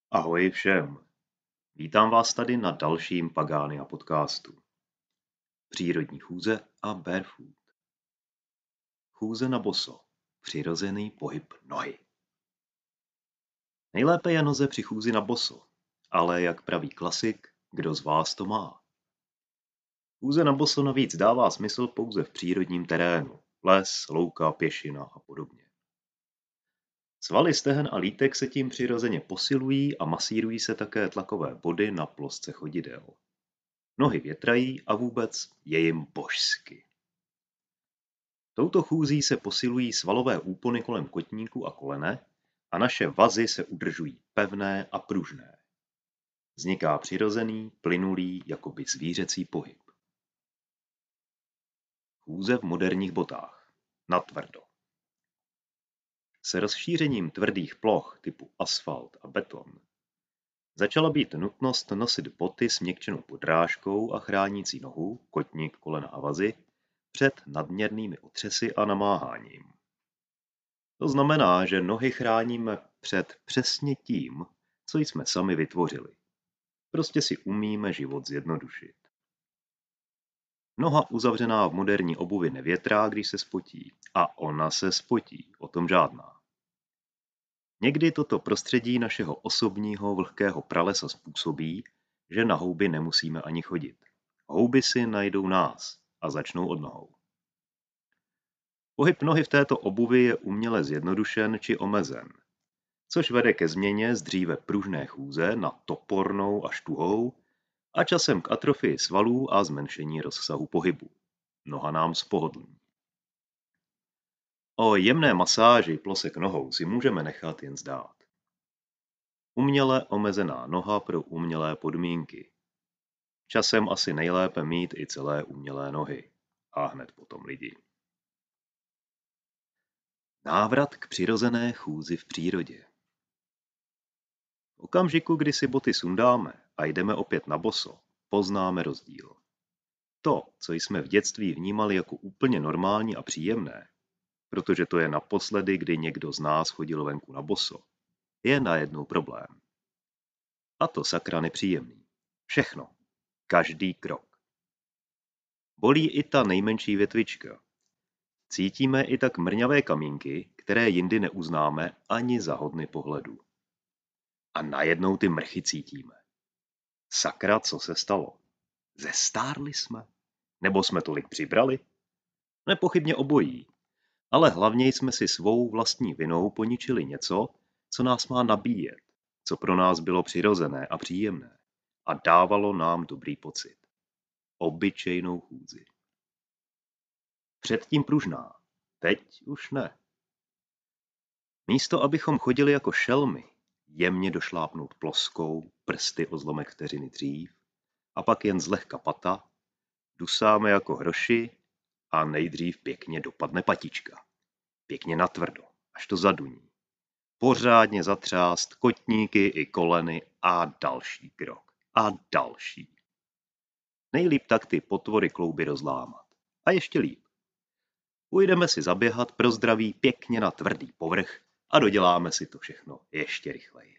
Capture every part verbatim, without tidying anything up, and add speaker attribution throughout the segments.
Speaker 1: Ahoj všem. Vítám vás tady na dalším Pagánia podcastu. Přírodní chůze a barefoot. Chůze na boso. Přirozený pohyb nohy. Nejlépe je noze při chůzi na boso, ale jak praví klasik, kdo z vás to má? Chůze na boso navíc dává smysl pouze v přírodním terénu. Les, louka, pěšina a podobně. Svaly stehen a lítek se tím přirozeně posilují a masírují se také tlakové body na plosce chodidel. Nohy větrají a vůbec je jim božsky. Touto chůzí se posilují svalové úpony kolem kotníku a kolene a naše vazy se udržují pevné a pružné. Vzniká přirozený, plynulý, jakoby zvířecí pohyb. Chůze v moderních botách. Natvrdo. S rozšířením tvrdých ploch typu asfalt a beton začala být nutnost nosit boty s měkčenou podrážkou a chránící nohu, kotník, kolena a vazy před nadměrnými otřesy a namáháním. To znamená, že nohy chráníme před přesně tím, co jsme sami vytvořili. Prostě si umíme život zjednodušit. Noha uzavřená v moderní obuvi nevětrá, když se spotí. A ona se spotí, o tom žádná. Někdy toto prostředí našeho osobního vlhkého pralesa způsobí, že na houby nemusíme ani chodit. Houby si najdou nás a začnou od nohou. Pohyb nohy v této obuvi je uměle zjednodušen či omezen, což vede ke změně z dříve pružné chůze na topornou až tuhou a časem k atrofii svalů a zmenšení rozsahu pohybu. Noha nám zpohodlní. O jemné masáži plosek nohou si můžeme nechat jen zdát. Uměle omezená noha pro umělé podmínky. Časem asi nejlépe mít i celé umělé nohy. A hned potom lidi. Návrat k přirozené chůzi v přírodě. V okamžiku, kdy si boty sundáme a jdeme opět na boso, poznáme rozdíl. To, co jsme v dětství vnímali jako úplně normální a příjemné, protože to je naposledy, kdy někdo z nás chodil venku na boso, je najednou problém. A to sakra nepříjemný. Všechno. Každý krok. Bolí i ta nejmenší větvička. Cítíme i tak mrňavé kamínky, které jindy neuznáme ani za hodny pohledu. A najednou ty mrchy cítíme. Sakra, co se stalo? Zestárli jsme? Nebo jsme tolik přibrali? Nepochybně obojí. Ale hlavně jsme si svou vlastní vinou poničili něco, co nás má nabíjet, co pro nás bylo přirozené a příjemné a dávalo nám dobrý pocit. Obyčejnou chůzi. Předtím pružná, teď už ne. Místo, abychom chodili jako šelmy, jemně došlápnout ploskou, prsty o zlomek vteřiny dřív a pak jen zlehka pata, dusáme jako hroši a nejdřív pěkně dopadne patička. Pěkně natvrdo, až to zaduní. Pořádně zatřást kotníky i koleny a další krok. A další. Nejlíp tak ty potvory klouby rozlámat. A ještě líp. Půjdeme si zaběhat pro zdraví pěkně na tvrdý povrch a doděláme si to všechno ještě rychleji.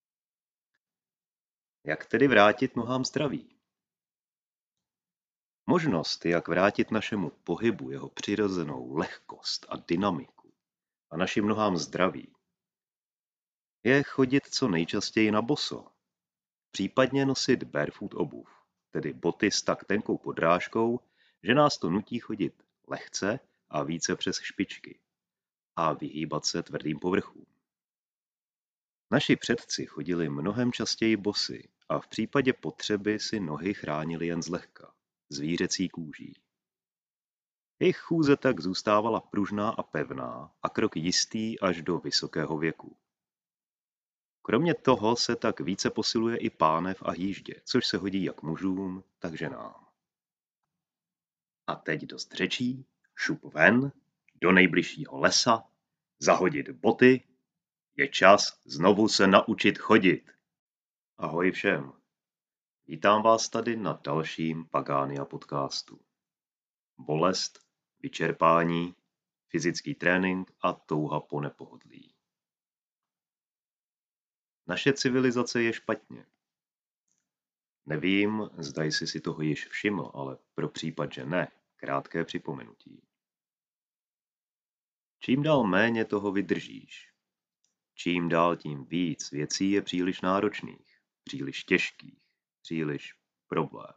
Speaker 1: Jak tedy vrátit nohám zdraví? Možnost, jak vrátit našemu pohybu jeho přirozenou lehkost a dynamiku a našim nohám zdraví, je chodit co nejčastěji na boso, případně nosit barefoot obuv, tedy boty s tak tenkou podrážkou, že nás to nutí chodit lehce a více přes špičky a vyhýbat se tvrdým povrchům. Naši předci chodili mnohem častěji bosy a v případě potřeby si nohy chránili jen zlehka, zvířecí kůží. Jejich chůze tak zůstávala pružná a pevná a krok jistý až do vysokého věku. Kromě toho se tak více posiluje i pánev a jíždě, což se hodí jak mužům, tak ženám. A teď dost řečí, šup ven, do nejbližšího lesa, zahodit boty, je čas znovu se naučit chodit. Ahoj všem. Vítám vás tady na dalším Pagánia podcastu. Bolest, vyčerpání, fyzický trénink a touha po nepohodlí. Naše civilizace je špatně. Nevím, zda jsi si toho již všiml, ale pro případ, že ne, krátké připomenutí. Čím dál méně toho vydržíš. Čím dál tím víc věcí je příliš náročných, příliš těžkých, příliš problém.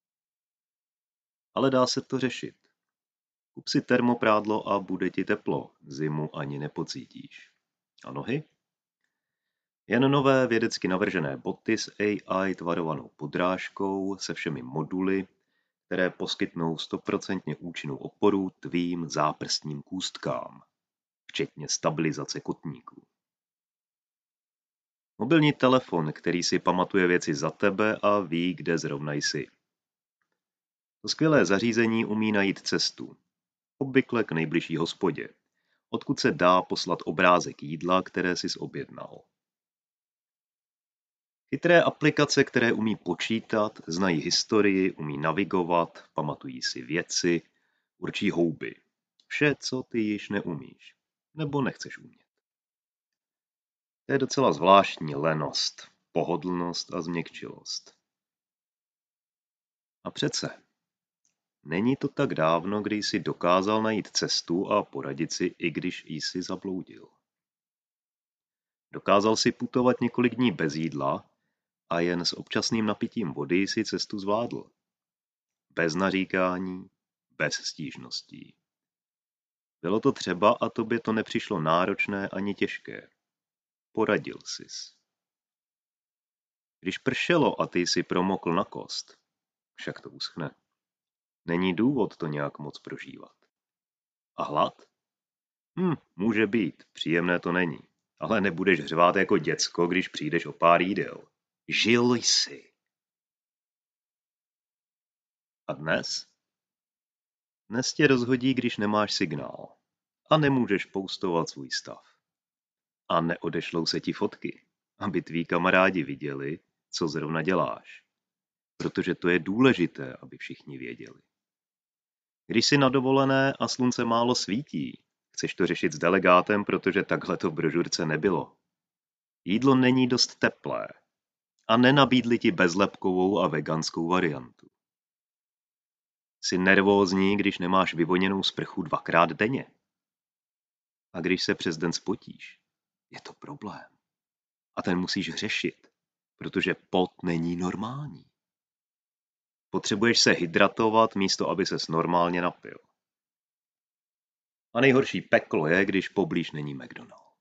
Speaker 1: Ale dá se to řešit. Kup si termoprádlo a bude ti teplo, zimu ani nepocítíš. A nohy? Jen nové vědecky navržené boty s A I tvarovanou podrážkou se všemi moduly, které poskytnou stoprocentně účinnou oporu tvým záprstním kůstkám, včetně stabilizace kotníků. Mobilní telefon, který si pamatuje věci za tebe a ví, kde zrovna jsi. To skvělé zařízení umí najít cestu, obvykle k nejbližší hospodě, odkud se dá poslat obrázek jídla, které jsi objednal. Chytré aplikace, které umí počítat, znají historii, umí navigovat, pamatují si věci, určí houby. Vše, co ty již neumíš, nebo nechceš umět. To je docela zvláštní lenost, pohodlnost a změkčilost. A přece, není to tak dávno, kdy jsi dokázal najít cestu a poradit si, i když jsi zabloudil. Dokázal si putovat několik dní bez jídla a jen s občasným napitím vody si cestu zvládl. Bez naříkání, bez stížností. Bylo to třeba a tobě to nepřišlo náročné ani těžké. Poradil sis. Když pršelo a ty si promokl na kost, však to uschne. Není důvod to nějak moc prožívat. A hlad? Hm, může být, příjemné to není. Ale nebudeš hřvát jako děcko, když přijdeš o pár jídel. Žil jsi. A dnes? Dnes tě rozhodí, když nemáš signál. A nemůžeš postovat svůj stav. A neodešlou se ti fotky, aby tví kamarádi viděli, co zrovna děláš. Protože to je důležité, aby všichni věděli. Když jsi na dovolené a slunce málo svítí, chceš to řešit s delegátem, protože takhle to v brožurce nebylo. Jídlo není dost teplé a nenabídli ti bezlepkovou a veganskou variantu. Jsi nervózní, když nemáš vyvoněnou sprchu dvakrát denně. A když se přes den spotíš, je to problém. A ten musíš řešit, protože pot není normální. Potřebuješ se hydratovat místo, aby ses normálně napil. A nejhorší peklo je, když poblíž není McDonald.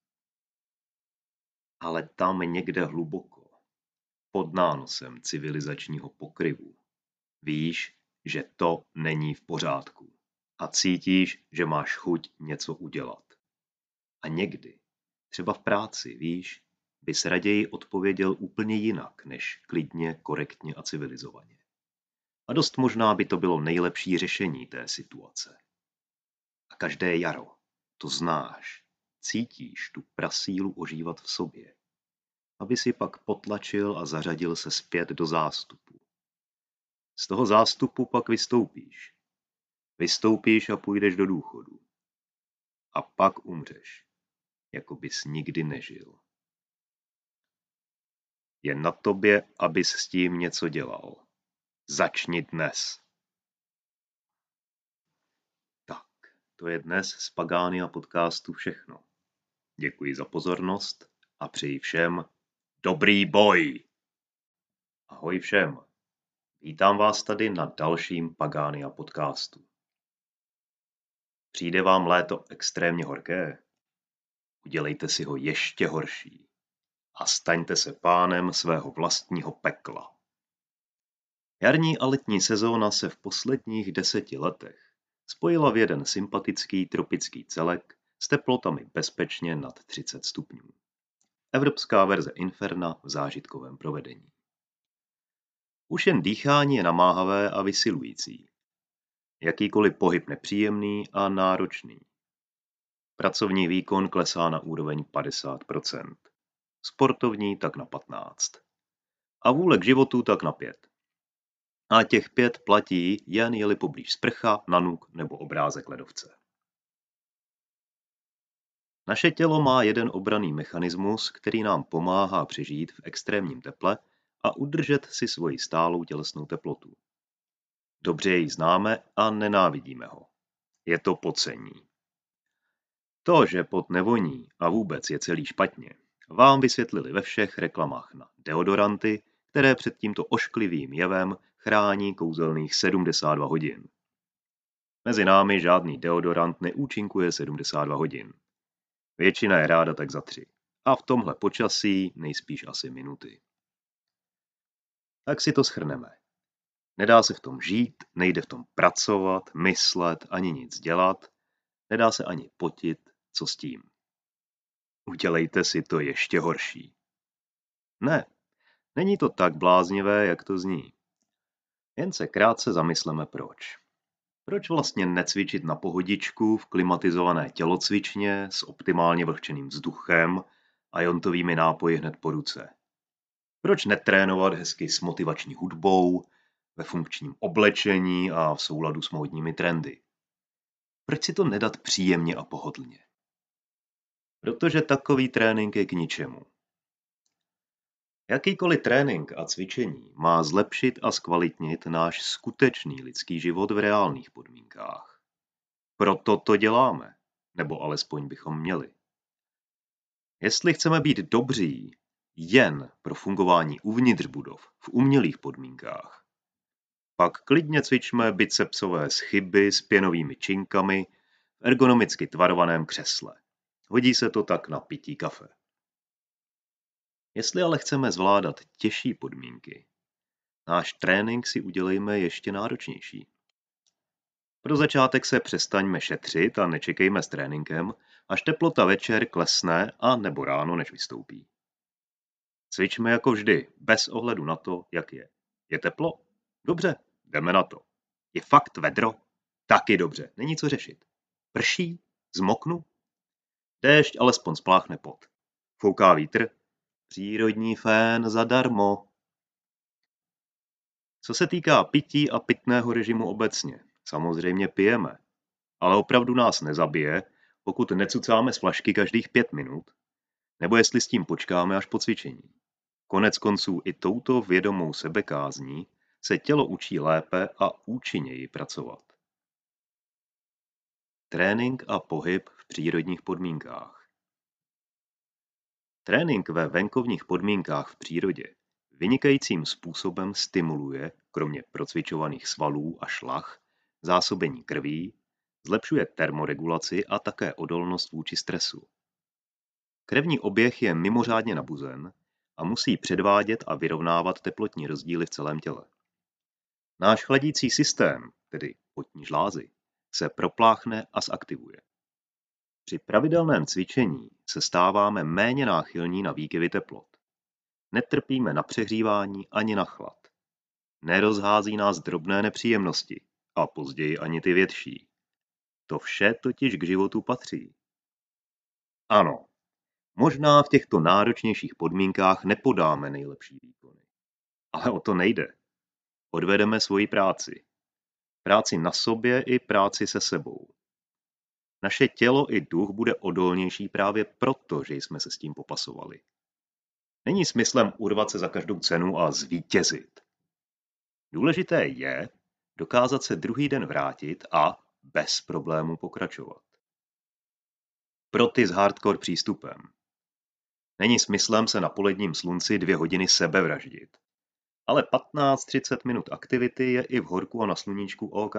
Speaker 1: Ale tam někde hluboko, pod nánosem civilizačního pokryvu, víš, že to není v pořádku. A cítíš, že máš chuť něco udělat. A někdy, třeba v práci, víš, bys raději odpověděl úplně jinak, než klidně, korektně a civilizovaně. A dost možná by to bylo nejlepší řešení té situace. A každé jaro, to znáš, cítíš tu prasílu ožívat v sobě, aby si pak potlačil a zařadil se zpět do zástupu. Z toho zástupu pak vystoupíš. Vystoupíš a půjdeš do důchodu. A pak umřeš, jako bys nikdy nežil. Je na tobě, abys s tím něco dělal. Začni dnes. Tak, to je dnes z Pagánia podcastu všechno. Děkuji za pozornost a přeji všem dobrý boj! Ahoj všem! Vítám vás tady na dalším Pagánia podcastu. Přijde vám léto extrémně horké? Udělejte si ho ještě horší a staňte se pánem svého vlastního pekla. Jarní a letní sezóna se v posledních deseti letech spojila v jeden sympatický tropický celek s teplotami bezpečně nad třicet stupňů. Evropská verze Inferna v zážitkovém provedení. Už jen dýchání je namáhavé a vysilující. Jakýkoliv pohyb nepříjemný a náročný. Pracovní výkon klesá na úroveň padesát procent. Sportovní tak na patnáct procent. A vůle k životu tak na pět procent. A těch pět platí, jen je-li poblíž sprcha, nanuk nebo obrázek ledovce. Naše tělo má jeden obranný mechanismus, který nám pomáhá přežít v extrémním teple a udržet si svoji stálou tělesnou teplotu. Dobře jej známe a nenávidíme ho. Je to pocení. To, že pot nevoní a vůbec je celý špatně, vám vysvětlili ve všech reklamách na deodoranty, které před tímto ošklivým jevem chrání kouzelných sedmdesát dva hodin. Mezi námi žádný deodorant neúčinkuje sedmdesát dva hodin. Většina je ráda tak za tři. A v tomhle počasí nejspíš asi minuty. Tak si to shrneme. Nedá se v tom žít, nejde v tom pracovat, myslet, ani nic dělat. Nedá se ani potit, co s tím. Udělejte si to ještě horší. Ne, není to tak bláznivé, jak to zní. Jen se krátce zamysleme proč. Proč vlastně necvičit na pohodičku v klimatizované tělocvičně s optimálně vlhčeným vzduchem a jontovými nápoji hned po ruce? Proč netrénovat hezky s motivační hudbou, ve funkčním oblečení a v souladu s módními trendy? Proč si to nedat příjemně a pohodlně? Protože takový trénink je k ničemu. Jakýkoliv trénink a cvičení má zlepšit a zkvalitnit náš skutečný lidský život v reálných podmínkách. Proto to děláme, nebo alespoň bychom měli. Jestli chceme být dobří jen pro fungování uvnitř budov v umělých podmínkách, pak klidně cvičme bicepsové schyby s pěnovými činkami v ergonomicky tvarovaném křesle. Hodí se to tak na pití kafe. Jestli ale chceme zvládat těžší podmínky, náš trénink si udělejme ještě náročnější. Pro začátek se přestaňme šetřit a nečekejme s tréninkem, až teplota večer klesne a nebo ráno, než vystoupí. Cvičme jako vždy, bez ohledu na to, jak je. Je teplo? Dobře, jdeme na to. Je fakt vedro? Taky dobře, není co řešit. Prší? Zmoknu? Déšť alespoň spláchne pot. Fouká vítr? Přírodní fén zadarmo. Co se týká pití a pitného režimu obecně, samozřejmě pijeme, ale opravdu nás nezabije, pokud necucáme z flašky každých pět minut, nebo jestli s tím počkáme až po cvičení. Konec konců i touto vědomou sebekázní se tělo učí lépe a účinněji pracovat. Trénink a pohyb v přírodních podmínkách. Trénink ve venkovních podmínkách v přírodě vynikajícím způsobem stimuluje, kromě procvičovaných svalů a šlach, zásobení krví, zlepšuje termoregulaci a také odolnost vůči stresu. Krevní oběh je mimořádně nabuzen a musí předvádět a vyrovnávat teplotní rozdíly v celém těle. Náš chladící systém, tedy potní žlázy, se propláchne a zaktivuje. Při pravidelném cvičení se stáváme méně náchylní na výkyvy teplot. Netrpíme na přehřívání ani na chlad. Nerozhází nás drobné nepříjemnosti a později ani ty větší. To vše totiž k životu patří. Ano, možná v těchto náročnějších podmínkách nepodáme nejlepší výkony. Ale o to nejde. Odvedeme svoji práci. Práci na sobě i práci se sebou. Naše tělo i duch bude odolnější právě proto, že jsme se s tím popasovali. Není smyslem urvat se za každou cenu a zvítězit. Důležité je dokázat se druhý den vrátit a bez problémů pokračovat. Pro ty s hardcore přístupem. Není smyslem se na poledním slunci dvě hodiny sebevraždit. Ale patnáct třicet minut aktivity je i v horku a na sluníčku OK.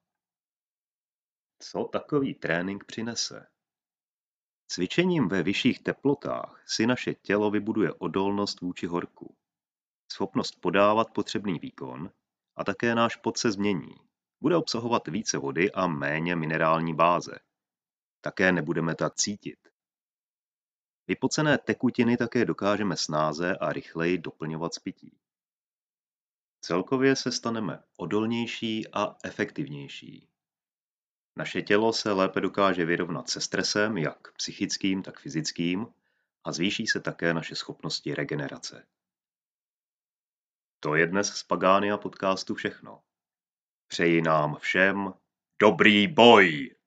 Speaker 1: Co takový trénink přinese? Cvičením ve vyšších teplotách si naše tělo vybuduje odolnost vůči horku, schopnost podávat potřebný výkon a také náš pot se změní. Bude obsahovat více vody a méně minerální báze. Také nebudeme tak cítit. Vypocené tekutiny také dokážeme snáze a rychleji doplňovat z pití. Celkově se staneme odolnější a efektivnější. Naše tělo se lépe dokáže vyrovnat se stresem, jak psychickým, tak fyzickým, a zvýší se také naše schopnosti regenerace. To je dnes z Pagania podcastu všechno. Přeji nám všem dobrý boj!